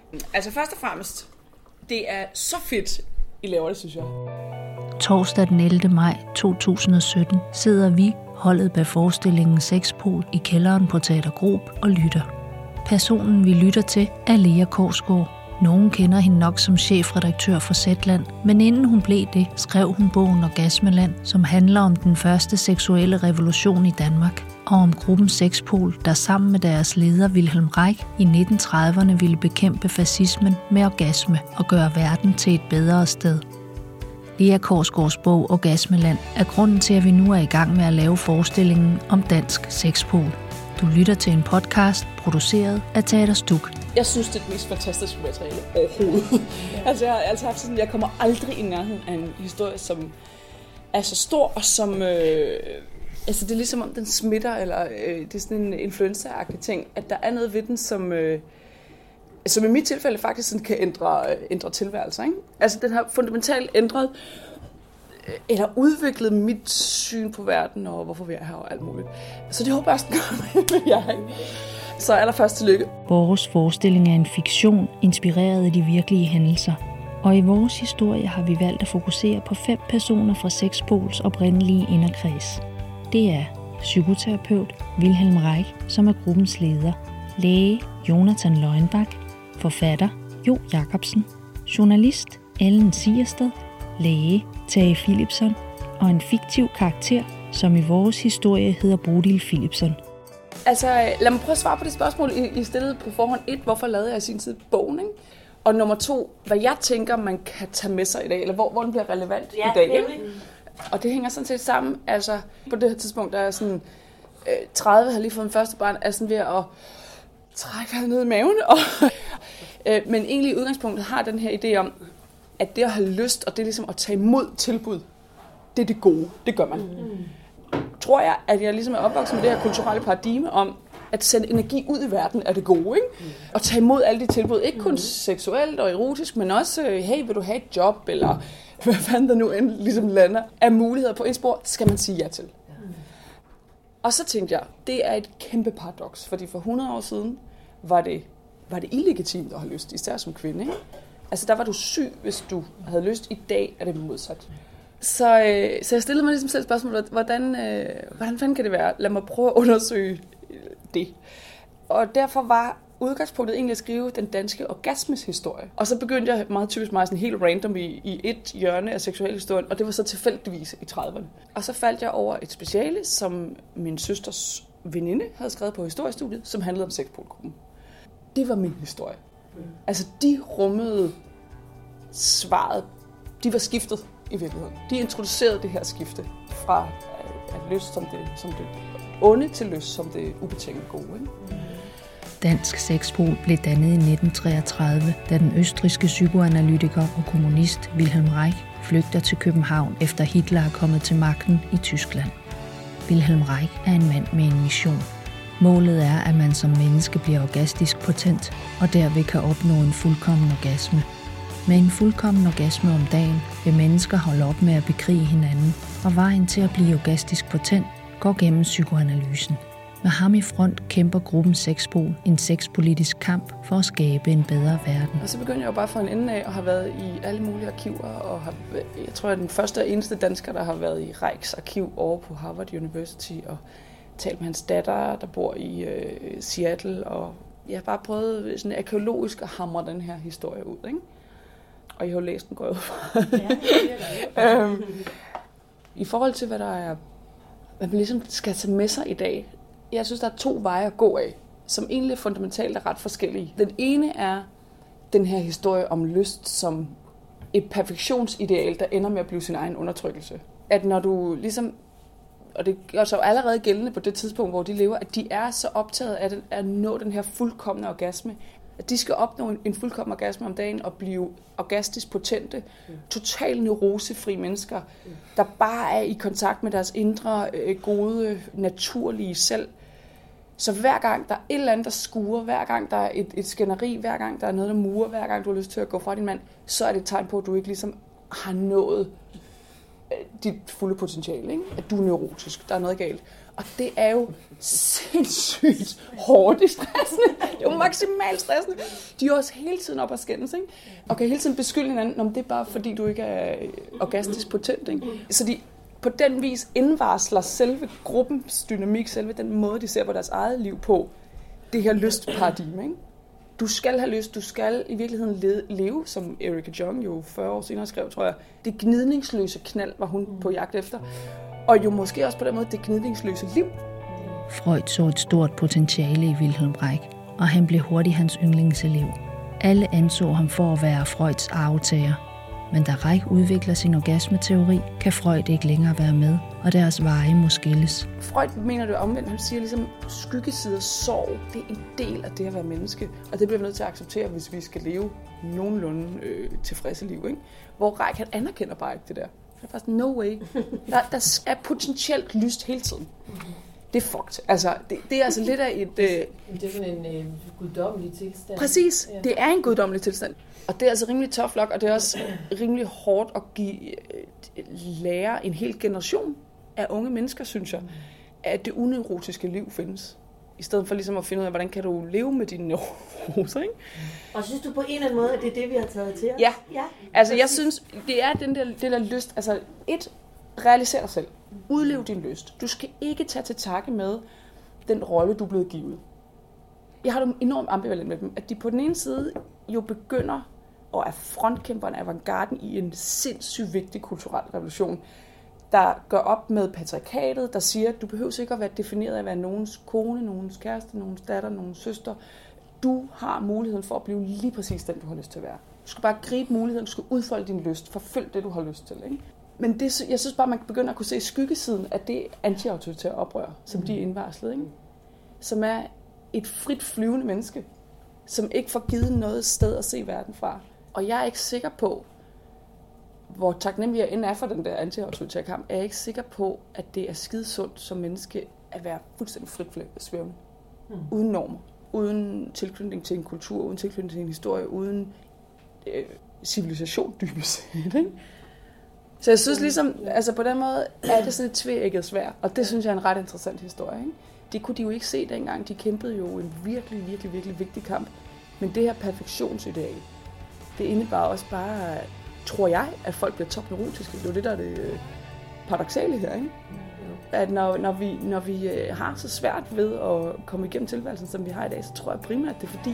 Altså først og fremmest, det er så fedt, I laver det, synes jeg. Torsdag den 11. maj 2017 sidder vi, holdet bag forestillingen Sexpol, i kælderen på Teater Grob og lytter. Personen, vi lytter til, er Lea Korsgaard. Nogen kender hende nok som chefredaktør for Zetland, men inden hun blev det, skrev hun bogen Orgasmeland, som handler om den første seksuelle revolution i Danmark, og om gruppen Sexpol, der sammen med deres leder Wilhelm Reich i 1930'erne ville bekæmpe fascismen med orgasme og gøre verden til et bedre sted. Lea Korsgaards bog Orgasmeland er grunden til, at vi nu er i gang med at lave forestillingen om dansk Sexpol. Du lytter til en podcast, produceret af Teater Stuk. Jeg synes, det er det mest fantastiske materiale overhovedet. Altså, jeg har altid haft sådan, jeg kommer aldrig i nærheden af en historie, som er så stor, og som... altså, det er ligesom om den smitter, eller det er sådan en influenza-agtig ting, at der er noget ved den, som i mit tilfælde faktisk sådan kan ændre tilværelser, ikke? Altså, den har fundamentalt ændret eller udviklet mit syn på verden, og hvorfor vi er her og alt muligt. Så det håber jeg også, den gør med jer. Så allerførst tillykke. Vores forestilling er en fiktion, inspireret af de virkelige hændelser. Og i vores historie har vi valgt at fokusere på 5 personer fra Sexpols oprindelige inderkreds. Det er psykoterapeut Wilhelm Reich, som er gruppens leder, læge Jonathan Løgnbak, forfatter Jo Jacobsen, journalist Ellen Siersted, læge Tage Philipson og en fiktiv karakter, som i vores historie hedder Bodil Philipson. Altså, lad mig prøve at svare på det spørgsmål, I stillede på forhånd. 1, hvorfor lavede jeg i sin tid bogen, ikke? Og nummer 2, hvad jeg tænker, man kan tage med sig i dag, eller hvor den bliver relevant i dag. Ikke? Og det hænger sådan set sammen. Altså, på det her tidspunkt, der er sådan 30, har lige fået en første barn, er sådan ved at trække vejret ned i maven. Men egentlig i udgangspunktet har den her idé om, at det at have lyst, og det er ligesom at tage imod tilbud, det er det gode. Det gør man. Tror jeg, at jeg ligesom er opvokset med det her kulturelle paradigme om, at sende energi ud i verden er det gode, ikke? Og tage imod alle de tilbud, ikke kun seksuelt og erotisk, men også, hey, vil du have et job, eller hvad fanden der nu end ligesom lander af muligheder på et spor, skal man sige ja til. Og så tænkte jeg, det er et kæmpe paradoks, fordi for 100 år siden var det illegitimt at have lyst, især som kvinde, ikke? Altså der var du syg, hvis du havde lyst. I dag er det modsat. Så jeg stillede mig ligesom selv spørgsmålet, hvordan fanden kan det være? Lad mig prøve at undersøge det. Og derfor var udgangspunktet egentlig at skrive den danske orgasmes-historie. Og så begyndte jeg meget typisk sådan helt random i et hjørne af seksualhistorien, og det var så tilfældigvis i 30'erne. Og så faldt jeg over et speciale, som min søsters veninde havde skrevet på historiestudiet, som handlede om Sexpol-gruppen. Det var min historie. Altså, de rummede svaret. De var skiftet i virkeligheden. De introducerede det her skifte fra at lyst som det onde til lyst som det ubetinget gode, ikke? Dansk Sexpol blev dannet i 1933, da den østrigske psykoanalytiker og kommunist Wilhelm Reich flygter til København, efter Hitler er kommet til magten i Tyskland. Wilhelm Reich er en mand med en mission. Målet er, at man som menneske bliver orgastisk potent, og derved kan opnå en fuldkommen orgasme. Med en fuldkommen orgasme om dagen vil mennesker holde op med at bekrige hinanden, og vejen til at blive orgastisk potent går gennem psykoanalysen. Med ham i front kæmper gruppen Sexpol en sexpolitisk kamp for at skabe en bedre verden. Og så begyndte jeg jo bare fra en ende af at have været i alle mulige arkiver, og jeg tror, jeg er den første og eneste dansker, der har været i Reichs arkiv over på Harvard University, og talt med hans datter, der bor i Seattle, og jeg har bare prøvet sådan arkæologisk at hamre den her historie ud, ikke? Og jeg har jo læst den, går jeg ud fra. Ja, i forhold til, hvad der er, hvad man ligesom skal tage med sig i dag, jeg synes, der er 2 veje at gå af, som egentlig fundamentalt er ret forskellige. Den ene er den her historie om lyst som et perfektionsideal, der ender med at blive sin egen undertrykkelse. At når du ligesom, og det er så allerede gældende på det tidspunkt, hvor de lever, at de er så optaget af at nå den her fuldkomne orgasme, at de skal opnå en fuldkommen orgasme om dagen og blive orgastisk potente, totalt neurosefri mennesker, der bare er i kontakt med deres indre, gode, naturlige selv. Så hver gang der er et eller andet, der skuer, hver gang der er et skænderi, hver gang der er noget, der murer, hver gang du har lyst til at gå fra din mand, så er det et tegn på, at du ikke ligesom har nået dit fulde potentiale, ikke? At du er neurotisk, der er noget galt. Og det er jo sindssygt hårdt i stressende. Det er jo maksimalt stressende. De er også hele tiden op at skændes, ikke? Og kan hele tiden beskylde hinanden, om det er bare fordi, du ikke er orgastisk potent, ikke? Så de på den vis indvarsler selve gruppens dynamik, selve den måde, de ser på deres eget liv på, det her lystparadigme, ikke? Du skal have lyst, du skal i virkeligheden leve, som Erica Jong jo 40 år senere skrev, tror jeg. Det gnidningsløse knald var hun på jagt efter. Og jo måske også på den måde det gnidningsløse liv. Freud så et stort potentiale i Wilhelm Reich, og han blev hurtigt hans yndlingselev. Alle anså ham for at være Freuds arvtager. Men da Reich udvikler sin orgasmeteori, kan Freud ikke længere være med, og deres veje må skilles. Freud mener det omvendt. Han siger ligesom, skyggeside sorg, det er en del af det at være menneske. Og det bliver vi nødt til at acceptere, hvis vi skal leve nogenlunde tilfredse liv. Ikke? Hvor Reich, han anerkender bare ikke det der. Det er faktisk no way. Der er potentielt lyst hele tiden. Det er fucked. Altså, det er altså lidt af et... Det er sådan en guddommelig tilstand. Præcis. Ja. Det er en guddommelig tilstand. Og det er altså rimelig tough luck, og det er også rimelig hårdt at lære en hel generation af unge mennesker, synes jeg, at det uneurotiske liv findes. I stedet for ligesom at finde ud af, hvordan kan du leve med dine neuroser, ikke? Og synes du på en eller anden måde, at det er det, vi har taget til os? Ja. Altså jeg synes, det er det der lyst. Altså realiser dig selv. Udlev din lyst. Du skal ikke tage til takke med den rolle, du er blevet givet. Jeg har det enormt ambivalent med dem, at de på den ene side jo begynder og er frontkæmperen af avantgarden i en sindssygt vigtig kulturel revolution, der gør op med patriarkatet, der siger, at du behøver ikke at være defineret af at være nogens kone, nogens kæreste, nogens datter, nogens søster. Du har muligheden for at blive lige præcis den, du har lyst til at være. Du skal bare gribe muligheden, du skal udfolde din lyst, forfølg det, du har lyst til. Ikke? Men jeg synes bare, man begynder at kunne se skyggesiden af det anti-autoritære oprør, som de er indvarslet. Ikke? Som er et frit flyvende menneske, som ikke får givet noget sted at se verden fra. Og jeg er ikke sikker på, hvor taknemmelig jeg end er for den der anti-autoritære kamp, er jeg ikke sikker på, at det er skidesundt som menneske at være fuldstændig frit svævende. Uden normer, uden tilknytning til en kultur, uden tilknytning til en historie, uden civilisation dybest set, ikke? Så jeg synes ligesom, altså på den måde er det sådan et tveægget sværd, og det synes jeg er en ret interessant historie, ikke? Det kunne de jo ikke se dengang, de kæmpede jo en virkelig, virkelig, virkelig vigtig kamp. Men det her perfektionsideal, det indebar også bare, tror jeg, at folk bliver topneurotiske. Det er jo det, der er det paradoksale her, ikke? At når vi har så svært ved at komme igennem tilværelsen, som vi har i dag, så tror jeg primært, det er fordi,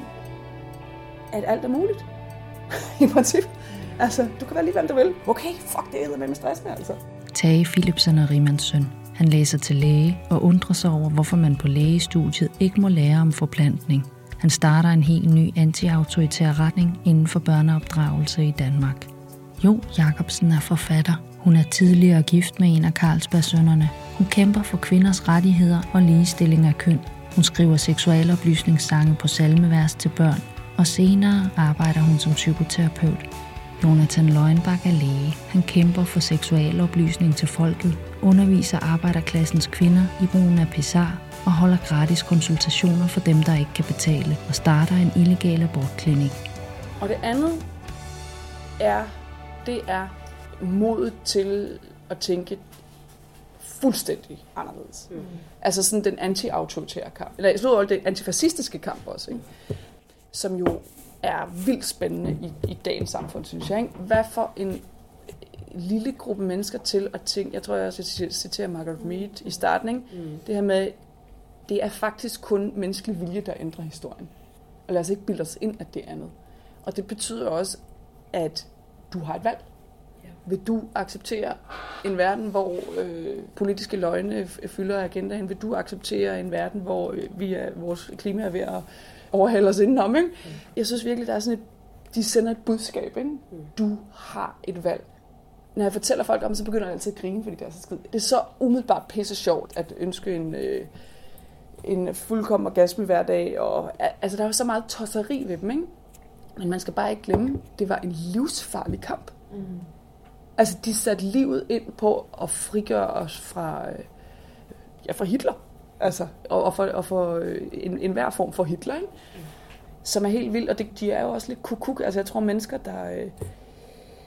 at alt er muligt. I princippet. Altså, du kan være lige, hvem du vil. Okay, fuck, det er med stress med, altså. Tage Philipsen er Rimands søn. Han læser til læge og undrer sig over, hvorfor man på lægestudiet ikke må lære om forplantning. Han starter en helt ny anti-autoritær retning inden for børneopdragelse i Danmark. Jo Jacobsen er forfatter. Hun er tidligere gift med en af Carlsberg-sønnerne. Hun kæmper for kvinders rettigheder og ligestilling af køn. Hun skriver seksualoplysningssange på salmevers til børn, og senere arbejder hun som psykoterapeut. Jonathan Løgnbak er læge. Han kæmper for seksualoplysning til folket, underviser arbejderklassens kvinder i brugen af pessar og holder gratis konsultationer for dem, der ikke kan betale, og starter en illegal abortklinik. Og det andet er modet til at tænke fuldstændig anderledes. Altså sådan den anti-autoritære kamp, eller i sluttet den antifascistiske kamp også, ikke? Som jo er vildt spændende i dagens samfund, synes jeg. Ikke? Hvad for en lille gruppe mennesker til at tænke, jeg tror, jeg citerer Margaret Mead i starten, ikke? Det her med, det er faktisk kun menneskelig vilje, der ændrer historien. Og lad os ikke bilde os ind, at det er andet. Og det betyder også, at du har et valg. Vil du acceptere en verden, hvor politiske løgne fylder agendaen? Vil du acceptere en verden, hvor vores klima er ved at overhale os indenom? Ikke? Jeg synes virkelig, der er sådan de sender et budskab. Ikke? Du har et valg. Når jeg fortæller folk om det, så begynder jeg altid at grine, fordi det er så skidt. Det er så umiddelbart pisse sjovt at ønske en fuldkommen orgasme hver dag. Og, altså, der er jo så meget tosseri ved dem, ikke? Men man skal bare ikke glemme, det var en livsfarlig kamp. Altså, de satte livet ind på at frigøre os fra Hitler. Altså, og for enhver form for Hitler, ikke? Som er helt vildt. Og de er jo også lidt kukuk. Altså, jeg tror, mennesker,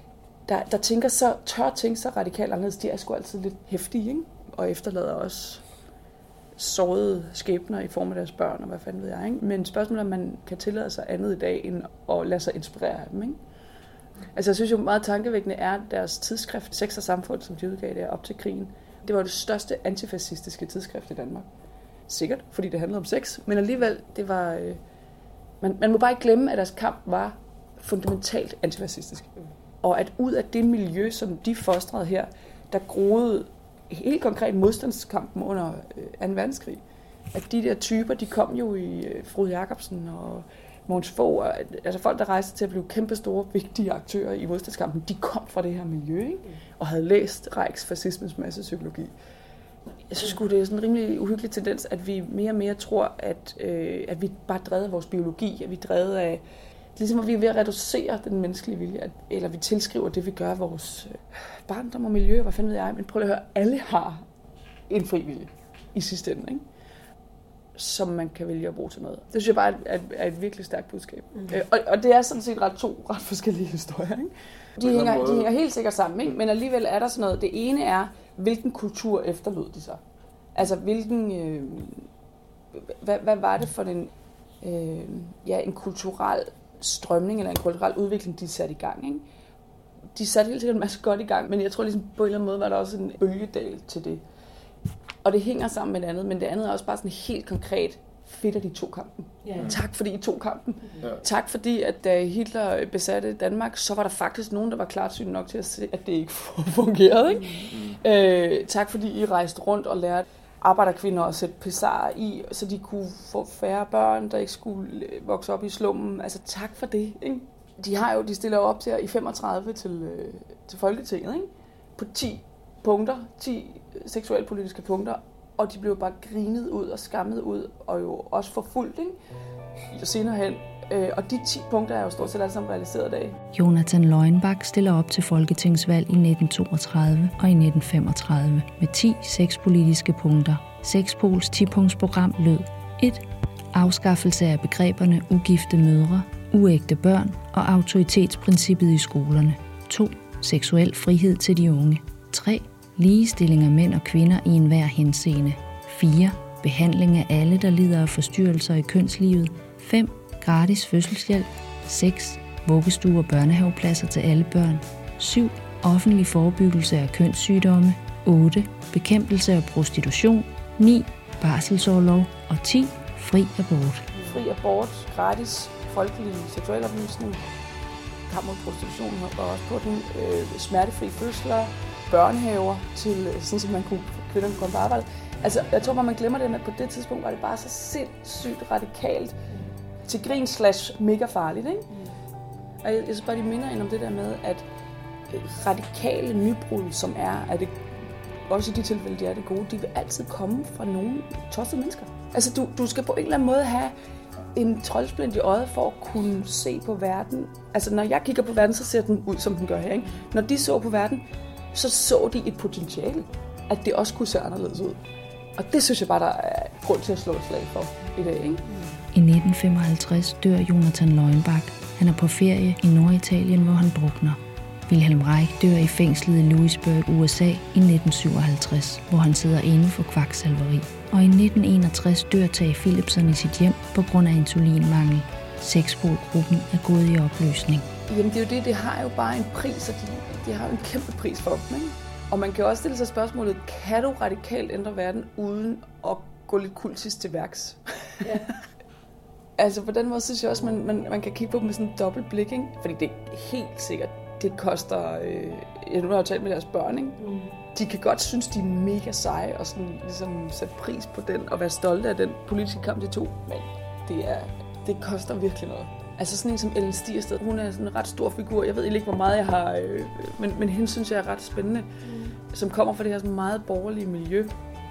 der tør tænke så radikalt anderledes, de er sgu altid lidt heftige, ikke? Og efterlader også sårede skæbner i form af deres børn, og hvad fanden ved jeg, ikke? Men spørgsmålet er, om man kan tillade sig andet i dag, end at lade sig inspirere af dem, ikke? Altså jeg synes jo meget tankevækkende er deres tidsskrift, Sex og Samfund, som de udgav der op til krigen. Det var det største antifascistiske tidsskrift i Danmark. Sikkert, fordi det handlede om sex, men alligevel, det var... Man må bare ikke glemme, at deres kamp var fundamentalt antifascistisk. Og at ud af det miljø, som de fostrede her, der groede helt konkret modstandskampen under 2. verdenskrig. At de der typer, de kom jo i Frode Jacobsen og Mogens Fogh, altså folk, der rejste til at blive kæmpestore, vigtige aktører i modstandskampen, de kom fra det her miljø, ikke? Og havde læst Reichs fascismens massepsykologi. Jeg synes sgu, det er sådan en rimelig uhyggelig tendens, at vi mere og mere tror, at vi bare drevet af vores biologi, at vi drevet af, ligesom at vi er ved at reducere den menneskelige vilje, eller vi tilskriver det, vi gør vores barndom og miljø, hvad fanden ved jeg, men prøv at høre, alle har en fri vilje i sidste ende, ikke? Som man kan vælge at bruge til noget. Det synes jeg bare er et virkelig stærkt budskab. Og det er sådan set to ret forskellige historier, ikke? De hænger helt sikkert sammen, ikke? Men alligevel er der sådan noget. Det ene er, hvilken kultur efterlod de sig? Altså, hvad var det for en kulturel strømning, eller en kulturel udvikling, de satte i gang, ikke? De satte helt sikkert en masse godt i gang, men jeg tror ligesom på en eller anden måde, var der også en bølgedal til det. Og det hænger sammen med det andet, men det andet er også bare sådan helt konkret, fedt, at de tog kampen. Yeah. Tak fordi I tog kampen. Yeah. Tak fordi, at da Hitler besatte Danmark, så var der faktisk nogen, der var klarsynet nok til at se, at det ikke fungerede. Ikke? Tak fordi I rejste rundt og lærte arbejderkvinder at sætte pessarer i, så de kunne få færre børn, der ikke skulle vokse op i slummen. Altså tak for det. Ikke? De stiller jo op til i 35 til Folketinget, ikke? På 10 punkter, 10 seksualpolitiske punkter, og de blev bare grinet ud og skammet ud, og jo også forfulgt, ikke? Senere hen. Og de 10 punkter er jo stort set alle sammen realiseret i dag. Jonathan Leuenbach stiller op til folketingsvalg i 1932 og i 1935 med 10 sexpolitiske punkter. Sexpols 10-punktsprogram lød: 1. Afskaffelse af begreberne ugifte mødre, uægte børn og autoritetsprincippet i skolerne. 2. Seksuel frihed til de unge. 3. Ligestilling af mænd og kvinder i enhver henseende. 4. Behandling af alle, der lider af forstyrrelser i kønslivet. 5. Gratis fødselshjælp. 6. Vuggestue- og børnehavepladser til alle børn. 7. Offentlig forebyggelse af kønssygdomme. 8. Bekæmpelse af prostitution. 9. Barselsorlov. Og 10. Fri abort. Fri abort, gratis folkelig seksualoplysning, kamp mod prostitution og også på den smertefri fødsler, børnehaver, til sådan, at kvinderne kunne komme på arbejde. Altså, jeg tror bare, man glemmer det, at på det tidspunkt var det bare så sindssygt radikalt til grin / mega farligt, ikke? Og jeg synes bare, de minder ind om det der med, at radikale nybrud, som er, at det, også i de tilfælde, de er det gode, de vil altid komme fra nogle tossede mennesker. Altså, du skal på en eller anden måde have en troldsplint i øjet for at kunne se på verden. Altså, når jeg kigger på verden, så ser den ud, som den gør her, ikke? Når de så på verden, så de et potentiale, at det også kunne se anderledes ud. Og det synes jeg bare, der er grund til at slå et slag for i dag, ikke? I 1955 dør Jonathan Leuenbach. Han er på ferie i Norditalien, hvor han drukner. Wilhelm Reich dør i fængslet i Louisburg, USA i 1957, hvor han sidder inde for kvaksalveri. Og i 1961 dør Tage Philipsen i sit hjem på grund af insulinmangel. Sexpol-gruppen er gået i opløsning. Jamen det er jo det, det har jo bare en pris, og de har jo en kæmpe pris for dem, ikke? Og man kan jo også stille sig spørgsmålet, kan du radikalt ændre verden uden at gå lidt kultisk til værks? Ja. Altså på den måde synes jeg også, man kan kigge på dem med sådan en dobbelt blik, ikke? Fordi det er helt sikkert, det koster... nu har jeg jo talt med deres børn, ikke? De kan godt synes, de er mega seje og sådan, ligesom sætte pris på den og være stolte af den politiske kamp, de tog. Men det koster virkelig noget. Altså sådan en som Ellen Stiersted, hun er sådan en ret stor figur. Jeg ved ikke, hvor meget jeg har... men hende synes jeg er ret spændende. Som kommer fra det her sådan meget borgerlige miljø.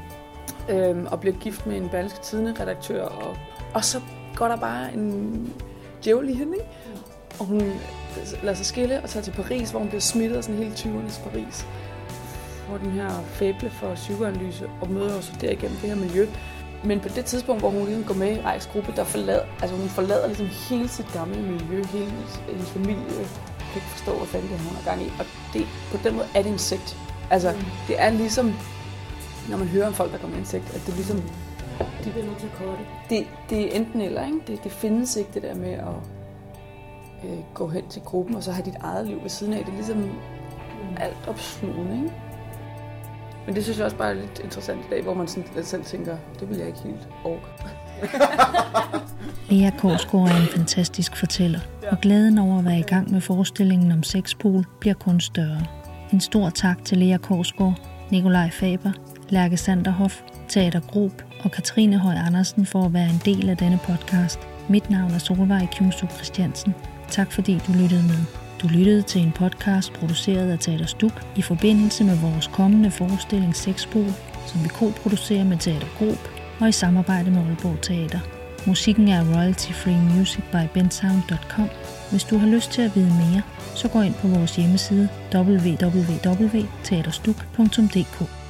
Og bliver gift med en Berlingske Tidende-redaktør. Og så går der bare en djævel i hende, ikke? Og hun lader sig skille og tager til Paris, hvor hun bliver smittet af sådan hele 20'ernes Paris. Får den her fable for psykoanalyse og møder også derigennem det her miljø. Men på det tidspunkt, hvor hun ligesom går med i Reichs gruppe, hun forlader ligesom hele sit gamle miljø, hele hendes familie, kan ikke forstå, hvad fanden det hun har gang i. Og det, på den måde er det en sekt. Altså, det er ligesom, når man hører om folk, der kommer i en sekt, at det er ligesom... De bliver nødt til at korte. Det er enten eller, ikke? Det findes ikke, det der med at gå hen til gruppen, og så have dit eget liv ved siden af. Det er ligesom alt opslugende, ikke? Men det synes jeg også bare er lidt interessant i dag, hvor man sådan selv tænker, det vil jeg ikke helt orke. Lea Korsgaard er en fantastisk fortæller, og glæden over at være i gang med forestillingen om Sexpol bliver kun større. En stor tak til Lea Korsgaard, Nikolaj Faber, Lærke Sanderhoff, Teater Grob og Katrine Høj Andersen for at være en del af denne podcast. Mit navn er Solveig Kjumstrup Christiansen. Tak fordi du lyttede med. Du lyttede til en podcast produceret af Teater Stuk i forbindelse med vores kommende forestilling Sexpol, som vi koproducerer med Teater Grob og i samarbejde med Aalborg Teater. Musikken er Royalty Free Music by bensound.com. Hvis du har lyst til at vide mere, så gå ind på vores hjemmeside www.teaterstuk.dk.